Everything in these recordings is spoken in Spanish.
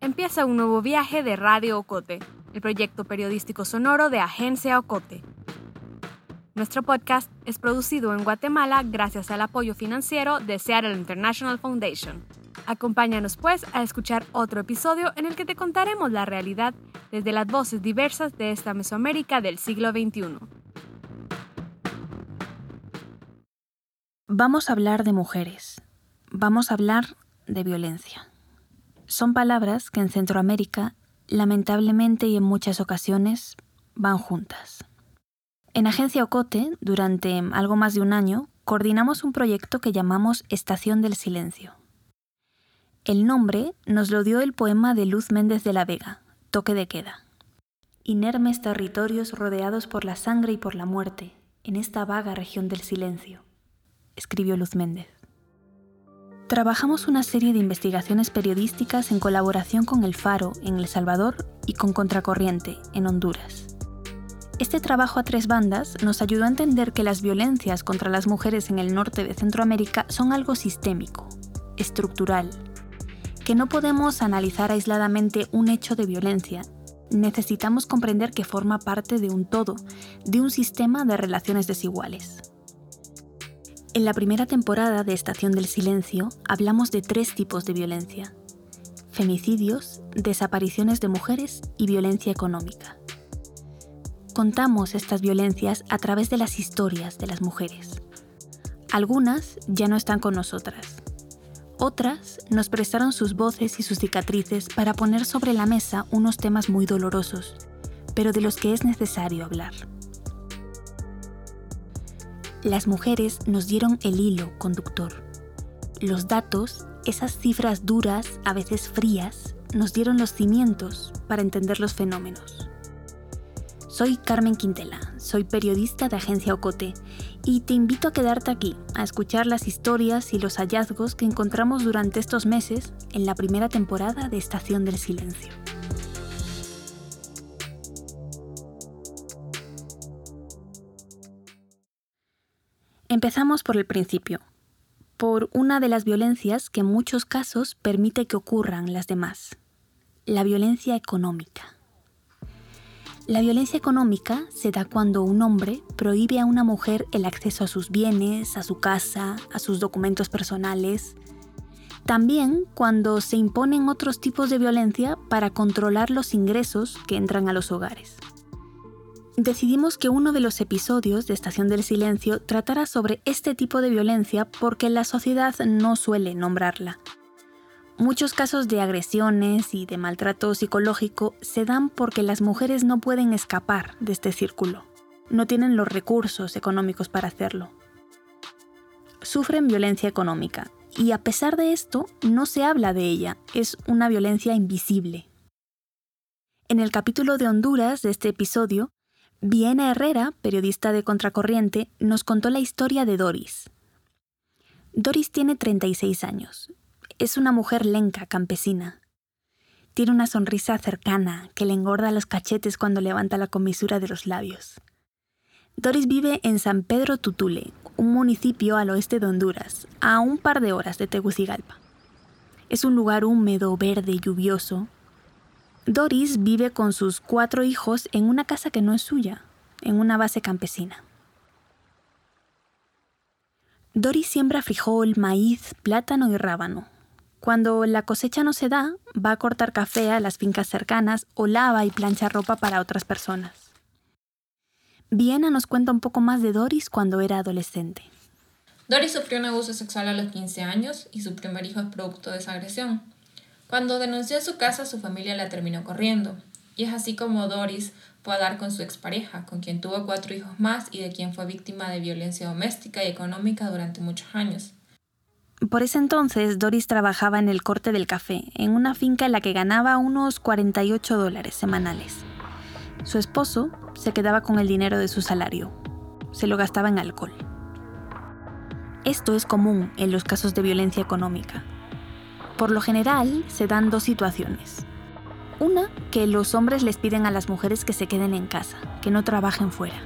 empieza un nuevo viaje de Radio Ocote, el proyecto periodístico sonoro de Agencia Ocote. Nuestro podcast es producido en Guatemala gracias al apoyo financiero de Seattle International Foundation. Acompáñanos pues a escuchar otro episodio en el que te contaremos la realidad desde las voces diversas de esta Mesoamérica del siglo XXI. Vamos a hablar de mujeres. Vamos a hablar de violencia. Son palabras que en Centroamérica, lamentablemente y en muchas ocasiones, van juntas. En Agencia Ocote, durante algo más de un año, coordinamos un proyecto que llamamos Estación del Silencio. El nombre nos lo dio el poema de Luz Méndez de la Vega, Toque de queda. Inermes territorios rodeados por la sangre y por la muerte, en esta vaga región del silencio, escribió Luz Méndez. Trabajamos una serie de investigaciones periodísticas en colaboración con El Faro, en El Salvador, y con Contracorriente, en Honduras. Este trabajo a tres bandas nos ayudó a entender que las violencias contra las mujeres en el norte de Centroamérica son algo sistémico, estructural, que no podemos analizar aisladamente un hecho de violencia. Necesitamos comprender que forma parte de un todo, de un sistema de relaciones desiguales. En la primera temporada de Estación del Silencio hablamos de tres tipos de violencia: femicidios, desapariciones de mujeres y violencia económica. Contamos estas violencias a través de las historias de las mujeres. Algunas ya no están con nosotras. Otras nos prestaron sus voces y sus cicatrices para poner sobre la mesa unos temas muy dolorosos, pero de los que es necesario hablar. Las mujeres nos dieron el hilo conductor. Los datos, esas cifras duras, a veces frías, nos dieron los cimientos para entender los fenómenos. Soy Carmen Quintela, soy periodista de Agencia Ocote y te invito a quedarte aquí, a escuchar las historias y los hallazgos que encontramos durante estos meses en la primera temporada de Estación del Silencio. Empezamos por el principio, por una de las violencias que en muchos casos permite que ocurran las demás: la violencia económica. La violencia económica se da cuando un hombre prohíbe a una mujer el acceso a sus bienes, a su casa, a sus documentos personales. También cuando se imponen otros tipos de violencia para controlar los ingresos que entran a los hogares. Decidimos que uno de los episodios de Estación del Silencio tratara sobre este tipo de violencia porque la sociedad no suele nombrarla. Muchos casos de agresiones y de maltrato psicológico se dan porque las mujeres no pueden escapar de este círculo. No tienen los recursos económicos para hacerlo. Sufren violencia económica y a pesar de esto no se habla de ella, es una violencia invisible. En el capítulo de Honduras de este episodio, Viena Herrera, periodista de Contracorriente, nos contó la historia de Doris. Doris tiene 36 años. Es una mujer lenca, campesina. Tiene una sonrisa cercana que le engorda los cachetes cuando levanta la comisura de los labios. Doris vive en San Pedro Tutule, un municipio al oeste de Honduras, a un par de horas de Tegucigalpa. Es un lugar húmedo, verde y lluvioso. Doris vive con sus 4 hijos en una casa que no es suya, en una base campesina. Doris siembra frijol, maíz, plátano y rábano. Cuando la cosecha no se da, va a cortar café a las fincas cercanas o lava y plancha ropa para otras personas. Viena nos cuenta un poco más de Doris cuando era adolescente. Doris sufrió un abuso sexual a los 15 años y su primer hijo es producto de esa agresión. Cuando denunció a su casa, su familia la terminó corriendo. Y es así como Doris fue a dar con su expareja, con quien tuvo 4 hijos más y de quien fue víctima de violencia doméstica y económica durante muchos años. Por ese entonces, Doris trabajaba en el corte del café, en una finca en la que ganaba unos $48 semanales. Su esposo se quedaba con el dinero de su salario. Se lo gastaba en alcohol. Esto es común en los casos de violencia económica. Por lo general, se dan 2 situaciones. Una, que los hombres les piden a las mujeres que se queden en casa, que no trabajen fuera.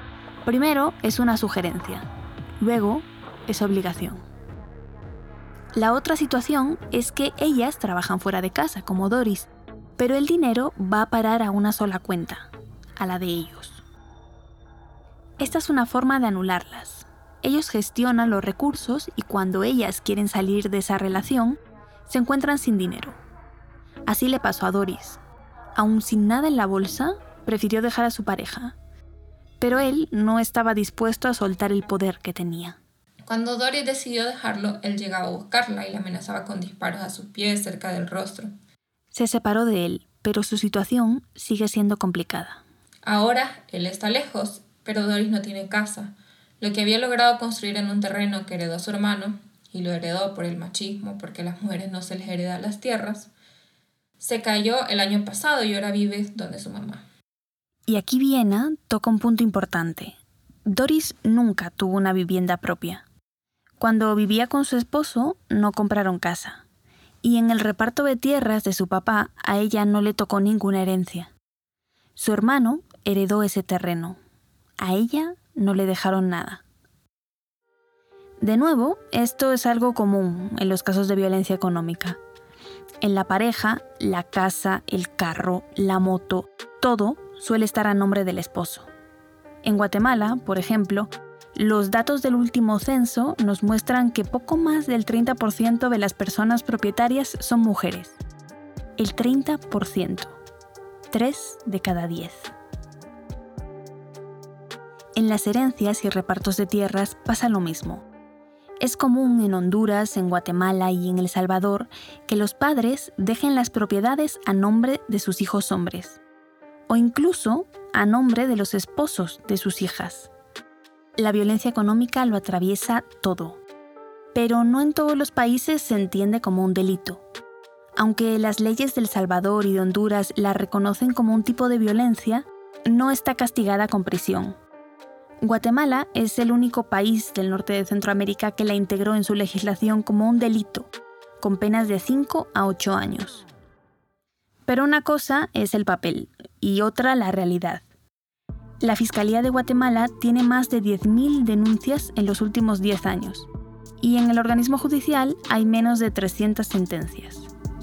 Primero, es una sugerencia. Luego, es obligación. La otra situación es que ellas trabajan fuera de casa, como Doris, pero el dinero va a parar a una sola cuenta, a la de ellos. Esta es una forma de anularlas. Ellos gestionan los recursos y cuando ellas quieren salir de esa relación, se encuentran sin dinero. Así le pasó a Doris. Aún sin nada en la bolsa, prefirió dejar a su pareja. Pero él no estaba dispuesto a soltar el poder que tenía. Cuando Doris decidió dejarlo, él llegaba a buscarla y la amenazaba con disparos a sus pies cerca del rostro. Se separó de él, pero su situación sigue siendo complicada. Ahora él está lejos, pero Doris no tiene casa. Lo que había logrado construir en un terreno que heredó su hermano, y lo heredó por el machismo, porque a las mujeres no se les heredan las tierras, se cayó el año pasado y ahora vive donde su mamá. Y aquí Viena toca un punto importante. Doris nunca tuvo una vivienda propia. Cuando vivía con su esposo, no compraron casa. Y en el reparto de tierras de su papá, a ella no le tocó ninguna herencia. Su hermano heredó ese terreno. A ella no le dejaron nada. De nuevo, esto es algo común en los casos de violencia económica. En la pareja, la casa, el carro, la moto, todo suele estar a nombre del esposo. En Guatemala, por ejemplo, los datos del último censo nos muestran que poco más del 30% de las personas propietarias son mujeres. El 30%. 3 de cada 10. En las herencias y repartos de tierras pasa lo mismo. Es común en Honduras, en Guatemala y en El Salvador que los padres dejen las propiedades a nombre de sus hijos hombres, o incluso a nombre de los esposos de sus hijas. La violencia económica lo atraviesa todo, pero no en todos los países se entiende como un delito. Aunque las leyes de El Salvador y de Honduras la reconocen como un tipo de violencia, no está castigada con prisión. Guatemala es el único país del norte de Centroamérica que la integró en su legislación como un delito, con penas de 5 a 8 años. Pero una cosa es el papel y otra la realidad. La Fiscalía de Guatemala tiene más de 10.000 denuncias en los últimos 10 años y en el organismo judicial hay menos de 300 sentencias.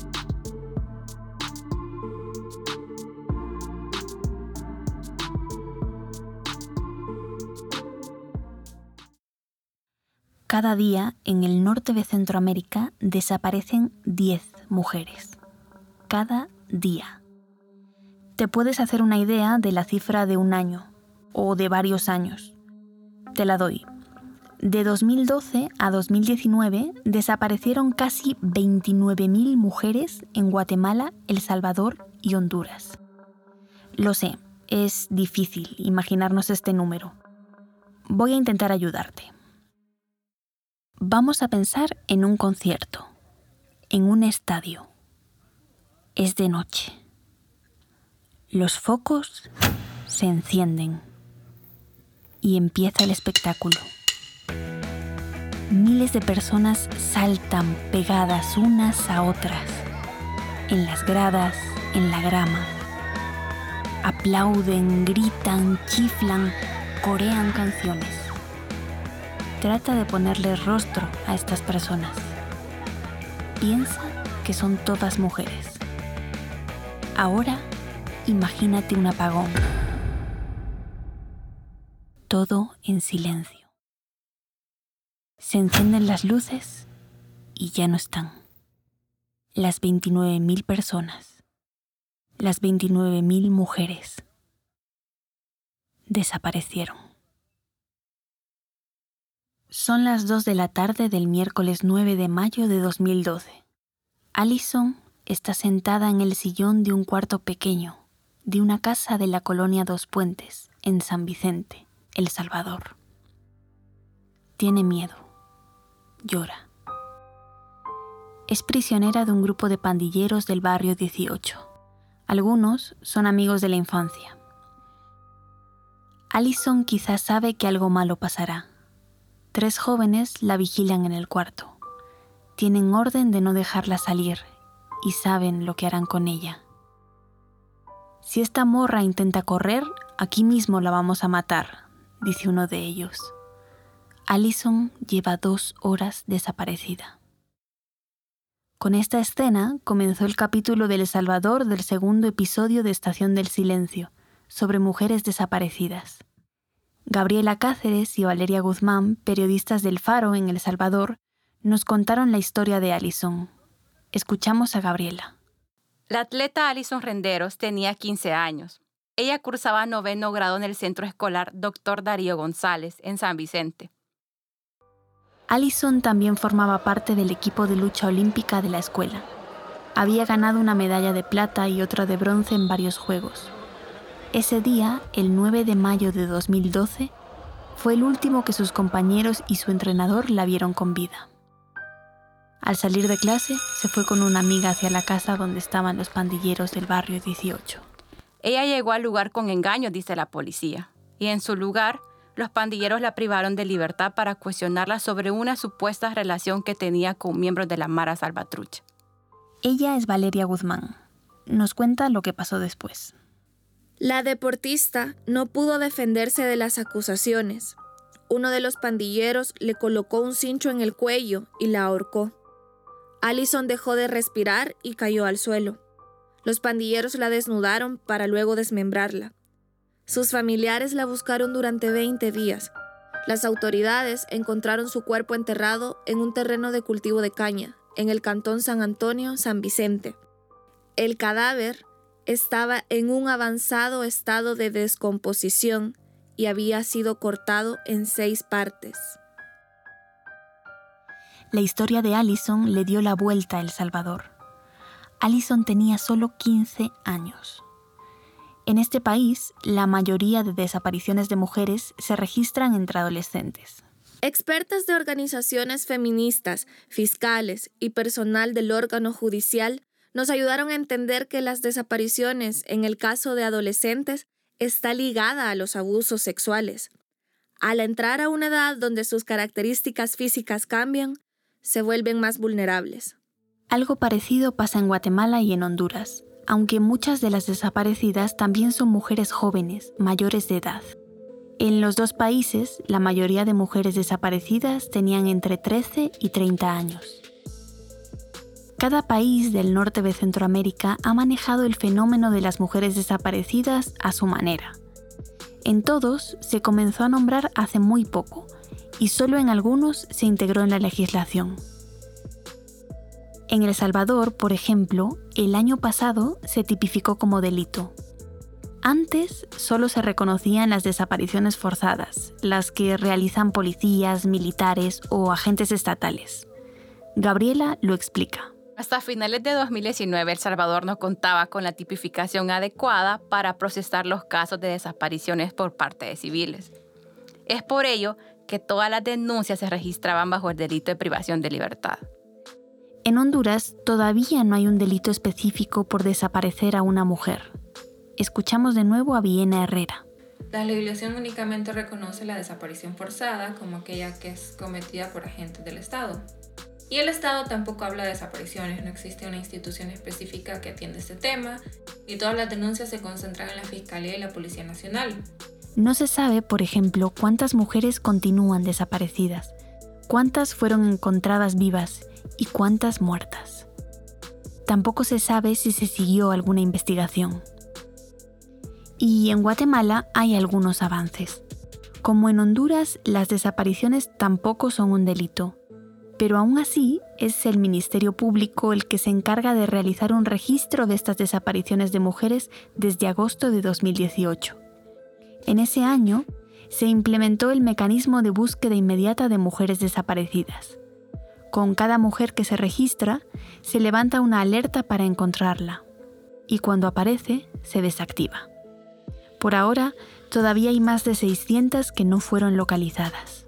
Cada día en el norte de Centroamérica desaparecen 10 mujeres. Cada día. Te puedes hacer una idea de la cifra de un año o de varios años. Te la doy. De 2012 a 2019 desaparecieron casi 29.000 mujeres en Guatemala, El Salvador y Honduras. Lo sé, es difícil imaginarnos este número. Voy a intentar ayudarte. Vamos a pensar en un concierto, en un estadio. Es de noche. Los focos se encienden y empieza el espectáculo. Miles de personas saltan pegadas unas a otras, en las gradas, en la grama. Aplauden, gritan, chiflan, corean canciones. Trata de ponerle rostro a estas personas. Piensa que son todas mujeres. Ahora, imagínate un apagón. Todo en silencio. Se encienden las luces y ya no están. Las 29.000 personas. Las 29.000 mujeres. Desaparecieron. Son las 2 de la tarde del miércoles 9 de mayo de 2012. Alison está sentada en el sillón de un cuarto pequeño, de una casa de la colonia Dos Puentes, en San Vicente, El Salvador. Tiene miedo. Llora. Es prisionera de un grupo de pandilleros del barrio 18. Algunos son amigos de la infancia. Alison quizás sabe que algo malo pasará. 3 jóvenes la vigilan en el cuarto. Tienen orden de no dejarla salir y saben lo que harán con ella. Si esta morra intenta correr, aquí mismo la vamos a matar, dice uno de ellos. Alison lleva 2 horas desaparecida. Con esta escena comenzó el capítulo de El Salvador del segundo episodio de Estación del Silencio, sobre mujeres desaparecidas. Gabriela Cáceres y Valeria Guzmán, periodistas del Faro en El Salvador, nos contaron la historia de Alison. Escuchamos a Gabriela. La atleta Alison Renderos tenía 15 años. Ella cursaba 9º grado en el centro escolar Dr. Darío González, en San Vicente. Alison también formaba parte del equipo de lucha olímpica de la escuela. Había ganado una medalla de plata y otra de bronce en varios juegos. Ese día, el 9 de mayo de 2012, fue el último que sus compañeros y su entrenador la vieron con vida. Al salir de clase, se fue con una amiga hacia la casa donde estaban los pandilleros del barrio 18. Ella llegó al lugar con engaños, dice la policía, y en su lugar, los pandilleros la privaron de libertad para cuestionarla sobre una supuesta relación que tenía con miembros de la Mara Salvatrucha. Ella es Valeria Guzmán. Nos cuenta lo que pasó después. La deportista no pudo defenderse de las acusaciones. Uno de los pandilleros le colocó un cincho en el cuello y la ahorcó. Alison dejó de respirar y cayó al suelo. Los pandilleros la desnudaron para luego desmembrarla. Sus familiares la buscaron durante 20 días. Las autoridades encontraron su cuerpo enterrado en un terreno de cultivo de caña, en el cantón San Antonio, San Vicente. El cadáver estaba en un avanzado estado de descomposición y había sido cortado en 6 partes. La historia de Alison le dio la vuelta a El Salvador. Alison tenía solo 15 años. En este país, la mayoría de desapariciones de mujeres se registran entre adolescentes. Expertas de organizaciones feministas, fiscales y personal del órgano judicial nos ayudaron a entender que las desapariciones, en el caso de adolescentes, está ligada a los abusos sexuales. Al entrar a una edad donde sus características físicas cambian, se vuelven más vulnerables. Algo parecido pasa en Guatemala y en Honduras, aunque muchas de las desaparecidas también son mujeres jóvenes, mayores de edad. En los dos países, la mayoría de mujeres desaparecidas tenían entre 13 y 30 años. Cada país del norte de Centroamérica ha manejado el fenómeno de las mujeres desaparecidas a su manera. En todos se comenzó a nombrar hace muy poco, y solo en algunos se integró en la legislación. En El Salvador, por ejemplo, el año pasado se tipificó como delito. Antes solo se reconocían las desapariciones forzadas, las que realizan policías, militares o agentes estatales. Gabriela lo explica. Hasta finales de 2019, El Salvador no contaba con la tipificación adecuada para procesar los casos de desapariciones por parte de civiles. Es por ello que todas las denuncias se registraban bajo el delito de privación de libertad. En Honduras todavía no hay un delito específico por desaparecer a una mujer. Escuchamos de nuevo a Viena Herrera. La legislación únicamente reconoce la desaparición forzada como aquella que es cometida por agentes del Estado. Y el Estado tampoco habla de desapariciones, no existe una institución específica que atienda este tema y todas las denuncias se concentran en la Fiscalía y la Policía Nacional. No se sabe, por ejemplo, cuántas mujeres continúan desaparecidas, cuántas fueron encontradas vivas y cuántas muertas. Tampoco se sabe si se siguió alguna investigación. Y en Guatemala hay algunos avances. Como en Honduras, las desapariciones tampoco son un delito. Pero aún así, es el Ministerio Público el que se encarga de realizar un registro de estas desapariciones de mujeres desde agosto de 2018. En ese año, se implementó el mecanismo de búsqueda inmediata de mujeres desaparecidas. Con cada mujer que se registra, se levanta una alerta para encontrarla. Y cuando aparece, se desactiva. Por ahora, todavía hay más de 600 que no fueron localizadas.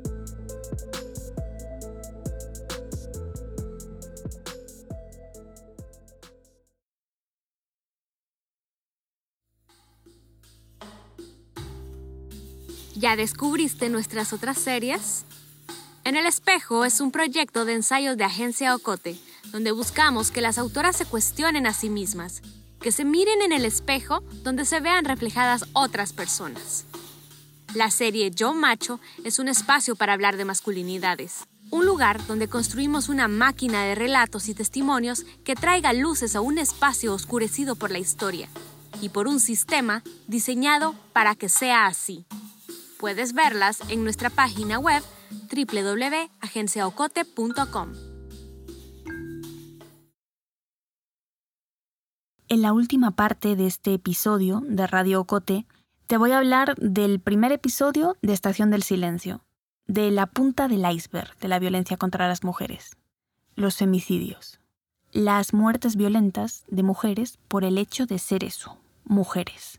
¿Ya descubriste nuestras otras series? En el Espejo es un proyecto de ensayos de Agencia Ocote, donde buscamos que las autoras se cuestionen a sí mismas, que se miren en el espejo donde se vean reflejadas otras personas. La serie Yo Macho es un espacio para hablar de masculinidades, Un lugar donde construimos una máquina de relatos y testimonios que traiga luces a un espacio oscurecido por la historia y por un sistema diseñado para que sea así. Puedes verlas en nuestra página web www.agenciaocote.com. En la última parte de este episodio de Radio Ocote, te voy a hablar del primer episodio de Estación del Silencio, de la punta del iceberg de la violencia contra las mujeres, los femicidios, las muertes violentas de mujeres por el hecho de ser eso, mujeres.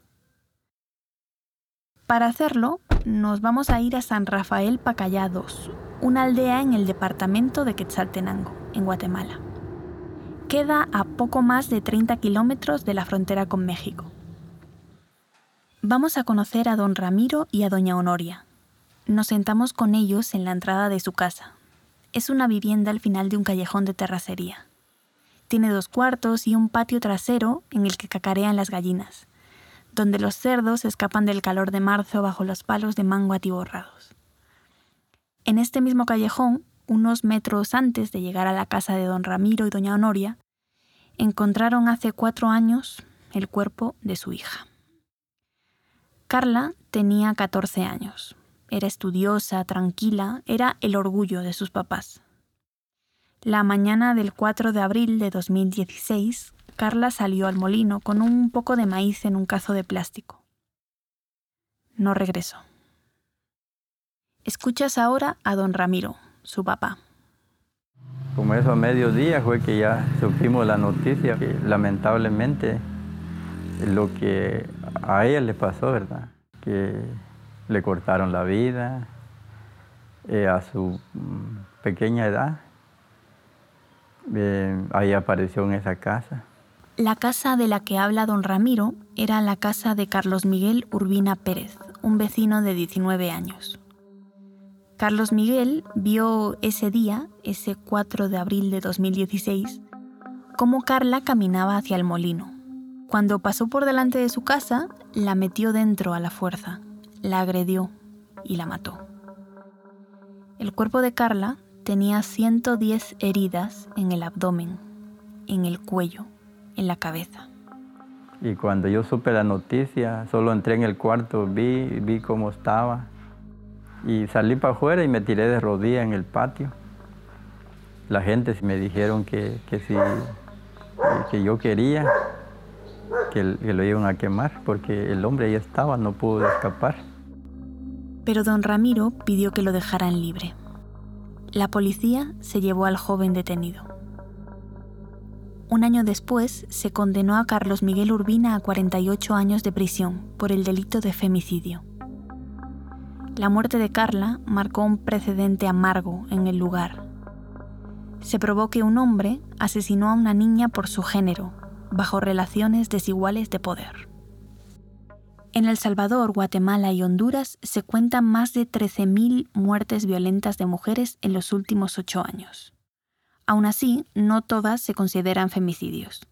Para hacerlo, nos vamos a ir a San Rafael Pacayá II, una aldea en el departamento de Quetzaltenango, en Guatemala. Queda a poco más de 30 kilómetros de la frontera con México. Vamos a conocer a don Ramiro y a doña Honoria. Nos sentamos con ellos en la entrada de su casa. Es una vivienda al final de un callejón de terracería. Tiene 2 cuartos y un patio trasero en el que cacarean las gallinas, donde los cerdos escapan del calor de marzo bajo los palos de mango atiborrados. En este mismo callejón, unos metros antes de llegar a la casa de don Ramiro y doña Honoria, encontraron hace 4 años el cuerpo de su hija. Carla tenía 14 años. Era estudiosa, tranquila, era el orgullo de sus papás. La mañana del 4 de abril de 2016, Carla salió al molino con un poco de maíz en un cazo de plástico. No regresó. Escuchas ahora a don Ramiro, su papá. Como eso a mediodía fue que ya supimos la noticia que lamentablemente lo que a ella le pasó, ¿verdad? Que le cortaron la vida a su pequeña edad. Ahí apareció en esa casa. La casa de la que habla don Ramiro era la casa de Carlos Miguel Urbina Pérez, un vecino de 19 años. Carlos Miguel vio ese día, ese 4 de abril de 2016, cómo Carla caminaba hacia el molino. Cuando pasó por delante de su casa, la metió dentro a la fuerza, la agredió y la mató. El cuerpo de Carla tenía 110 heridas en el abdomen, en el cuello, en la cabeza. Y cuando yo supe la noticia, solo entré en el cuarto, vi cómo estaba y salí para afuera y me tiré de rodillas en el patio. La gente me dijeron que yo quería que lo iban a quemar porque el hombre ya estaba, no pudo escapar. Pero don Ramiro pidió que lo dejaran libre. La policía se llevó al joven detenido. Un año después, se condenó a Carlos Miguel Urbina a 48 años de prisión por el delito de femicidio. La muerte de Carla marcó un precedente amargo en el lugar. Se probó que un hombre asesinó a una niña por su género, bajo relaciones desiguales de poder. En El Salvador, Guatemala y Honduras se cuentan más de 13.000 muertes violentas de mujeres en los últimos 8 años. Aún así, no todas se consideran femicidios.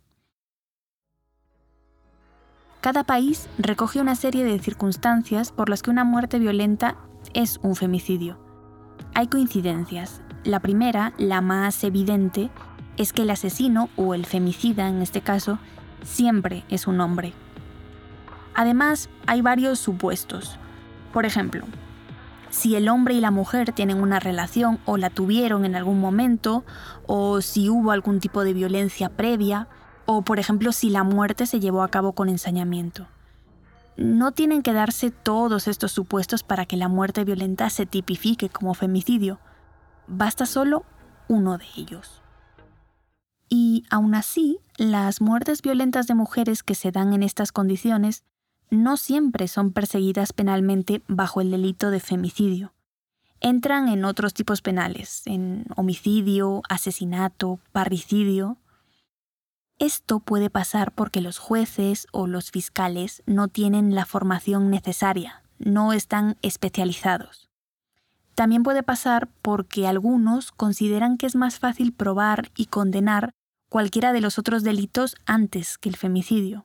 Cada país recoge una serie de circunstancias por las que una muerte violenta es un femicidio. Hay coincidencias. La primera, la más evidente, es que el asesino, o el femicida en este caso, siempre es un hombre. Además, hay varios supuestos. Por ejemplo, si el hombre y la mujer tienen una relación o la tuvieron en algún momento, o si hubo algún tipo de violencia previa, o por ejemplo si la muerte se llevó a cabo con ensañamiento. No tienen que darse todos estos supuestos para que la muerte violenta se tipifique como femicidio. Basta solo uno de ellos. Y aún así, las muertes violentas de mujeres que se dan en estas condiciones no siempre son perseguidas penalmente bajo el delito de femicidio. Entran en otros tipos penales, en homicidio, asesinato, parricidio. Esto puede pasar porque los jueces o los fiscales no tienen la formación necesaria, no están especializados. También puede pasar porque algunos consideran que es más fácil probar y condenar cualquiera de los otros delitos antes que el femicidio.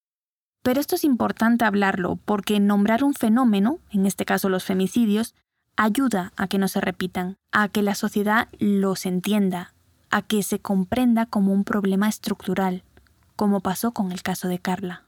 Pero esto es importante hablarlo porque nombrar un fenómeno, en este caso los femicidios, ayuda a que no se repitan, a que la sociedad los entienda, a que se comprenda como un problema estructural, como pasó con el caso de Carla.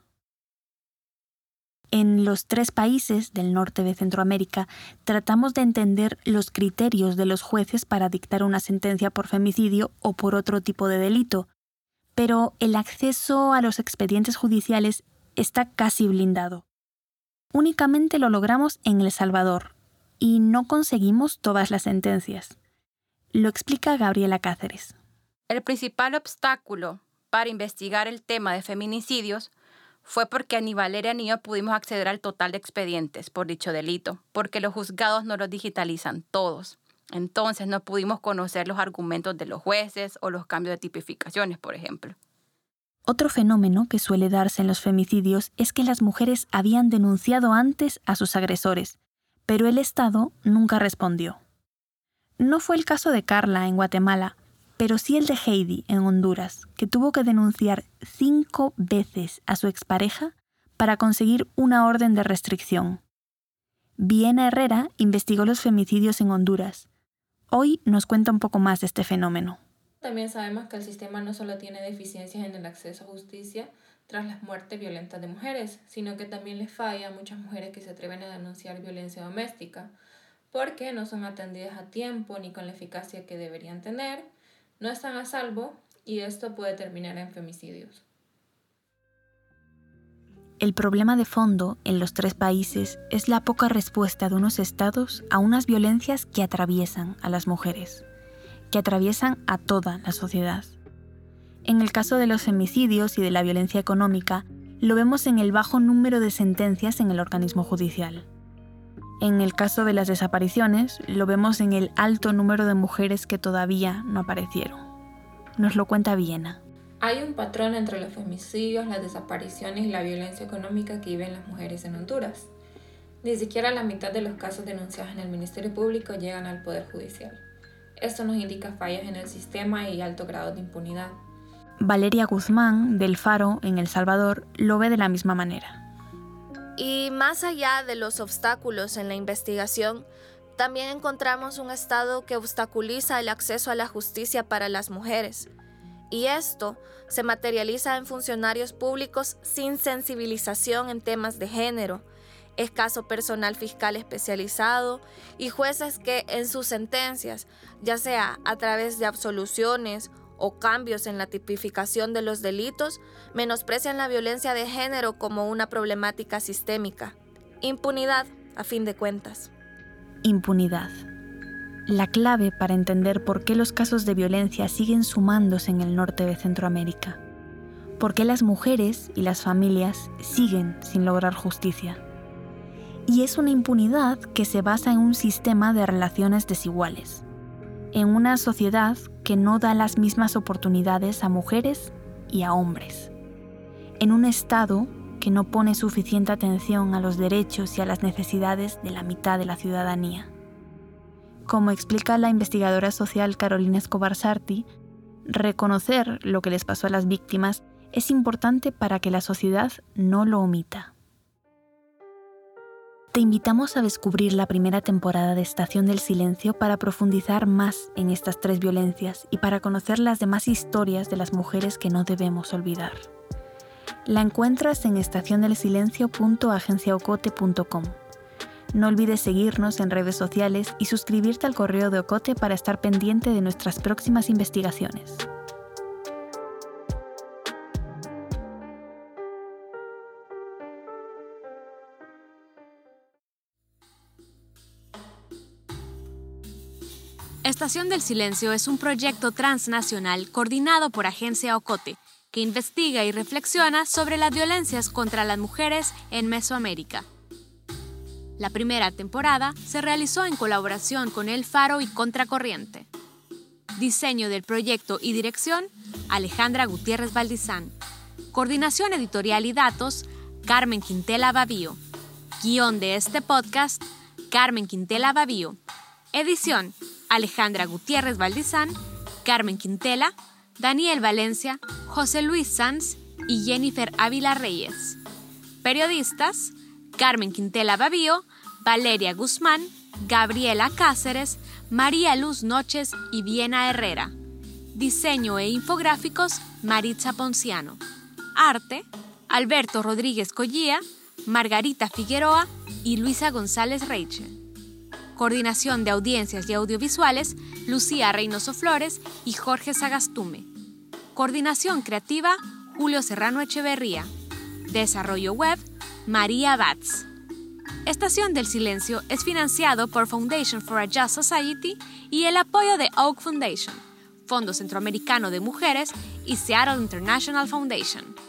En los 3 países del norte de Centroamérica tratamos de entender los criterios de los jueces para dictar una sentencia por femicidio o por otro tipo de delito, pero el acceso a los expedientes judiciales está casi blindado. Únicamente lo logramos en El Salvador y no conseguimos todas las sentencias. Lo explica Gabriela Cáceres. El principal obstáculo para investigar el tema de feminicidios fue porque ni Valeria ni yo pudimos acceder al total de expedientes por dicho delito, porque los juzgados no los digitalizan todos. Entonces no pudimos conocer los argumentos de los jueces o los cambios de tipificaciones, por ejemplo. Otro fenómeno que suele darse en los femicidios es que las mujeres habían denunciado antes a sus agresores, pero el Estado nunca respondió. No fue el caso de Carla en Guatemala, pero sí el de Heidi en Honduras, que tuvo que denunciar 5 veces a su expareja para conseguir una orden de restricción. Viena Herrera investigó los femicidios en Honduras. Hoy nos cuenta un poco más de este fenómeno. También sabemos que el sistema no solo tiene deficiencias en el acceso a justicia tras las muertes violentas de mujeres, sino que también les falla a muchas mujeres que se atreven a denunciar violencia doméstica, porque no son atendidas a tiempo ni con la eficacia que deberían tener, no están a salvo y esto puede terminar en femicidios. El problema de fondo en los 3 países es la poca respuesta de unos estados a unas violencias que atraviesan a las mujeres, que atraviesan a toda la sociedad. En el caso de los femicidios y de la violencia económica, lo vemos en el bajo número de sentencias en el organismo judicial. En el caso de las desapariciones, lo vemos en el alto número de mujeres que todavía no aparecieron. Nos lo cuenta Viena. Hay un patrón entre los femicidios, las desapariciones y la violencia económica que viven las mujeres en Honduras. Ni siquiera la mitad de los casos denunciados en el Ministerio Público llegan al Poder Judicial. Esto nos indica fallas en el sistema y alto grado de impunidad. Valeria Guzmán, del Faro, en El Salvador, lo ve de la misma manera. Y más allá de los obstáculos en la investigación, también encontramos un Estado que obstaculiza el acceso a la justicia para las mujeres. Y esto se materializa en funcionarios públicos sin sensibilización en temas de género, escaso personal fiscal especializado y jueces que en sus sentencias, ya sea a través de absoluciones o cambios en la tipificación de los delitos, menosprecian la violencia de género como una problemática sistémica. Impunidad, a fin de cuentas. Impunidad. La clave para entender por qué los casos de violencia siguen sumándose en el norte de Centroamérica. Por qué las mujeres y las familias siguen sin lograr justicia. Y es una impunidad que se basa en un sistema de relaciones desiguales. En una sociedad que no da las mismas oportunidades a mujeres y a hombres. En un Estado que no pone suficiente atención a los derechos y a las necesidades de la mitad de la ciudadanía. Como explica la investigadora social Carolina Escobar Sarti, reconocer lo que les pasó a las víctimas es importante para que la sociedad no lo omita. Te invitamos a descubrir la primera temporada de Estación del Silencio para profundizar más en estas 3 violencias y para conocer las demás historias de las mujeres que no debemos olvidar. La encuentras en estaciondelsilencio.agenciaocote.com. No olvides seguirnos en redes sociales y suscribirte al correo de Ocote para estar pendiente de nuestras próximas investigaciones. Estación del Silencio es un proyecto transnacional coordinado por Agencia Ocote, que investiga y reflexiona sobre las violencias contra las mujeres en Mesoamérica. La primera temporada se realizó en colaboración con El Faro y Contracorriente. Diseño del proyecto y dirección, Alejandra Gutiérrez Valdizán. Coordinación editorial y datos, Carmen Quintela Bavío. Guión de este podcast, Carmen Quintela Bavío. Edición, Alejandra Gutiérrez Valdizán, Carmen Quintela, Daniel Valencia, José Luis Sanz y Jennifer Ávila Reyes. Periodistas, Carmen Quintela Bavío, Valeria Guzmán Gabriela Cáceres, María Luz Noches y Viena Herrera. Diseño e infográficos, Maritza Ponciano. Arte, Alberto Rodríguez Collía, Margarita Figueroa y Luisa González Reiche. Coordinación de audiencias y audiovisuales, Lucía Reynoso Flores y Jorge Sagastume. Coordinación creativa, Julio Serrano Echeverría. Desarrollo web, María Batz. Estación del Silencio es financiado por Foundation for a Just Society y el apoyo de Oak Foundation, Fondo Centroamericano de Mujeres y Seattle International Foundation.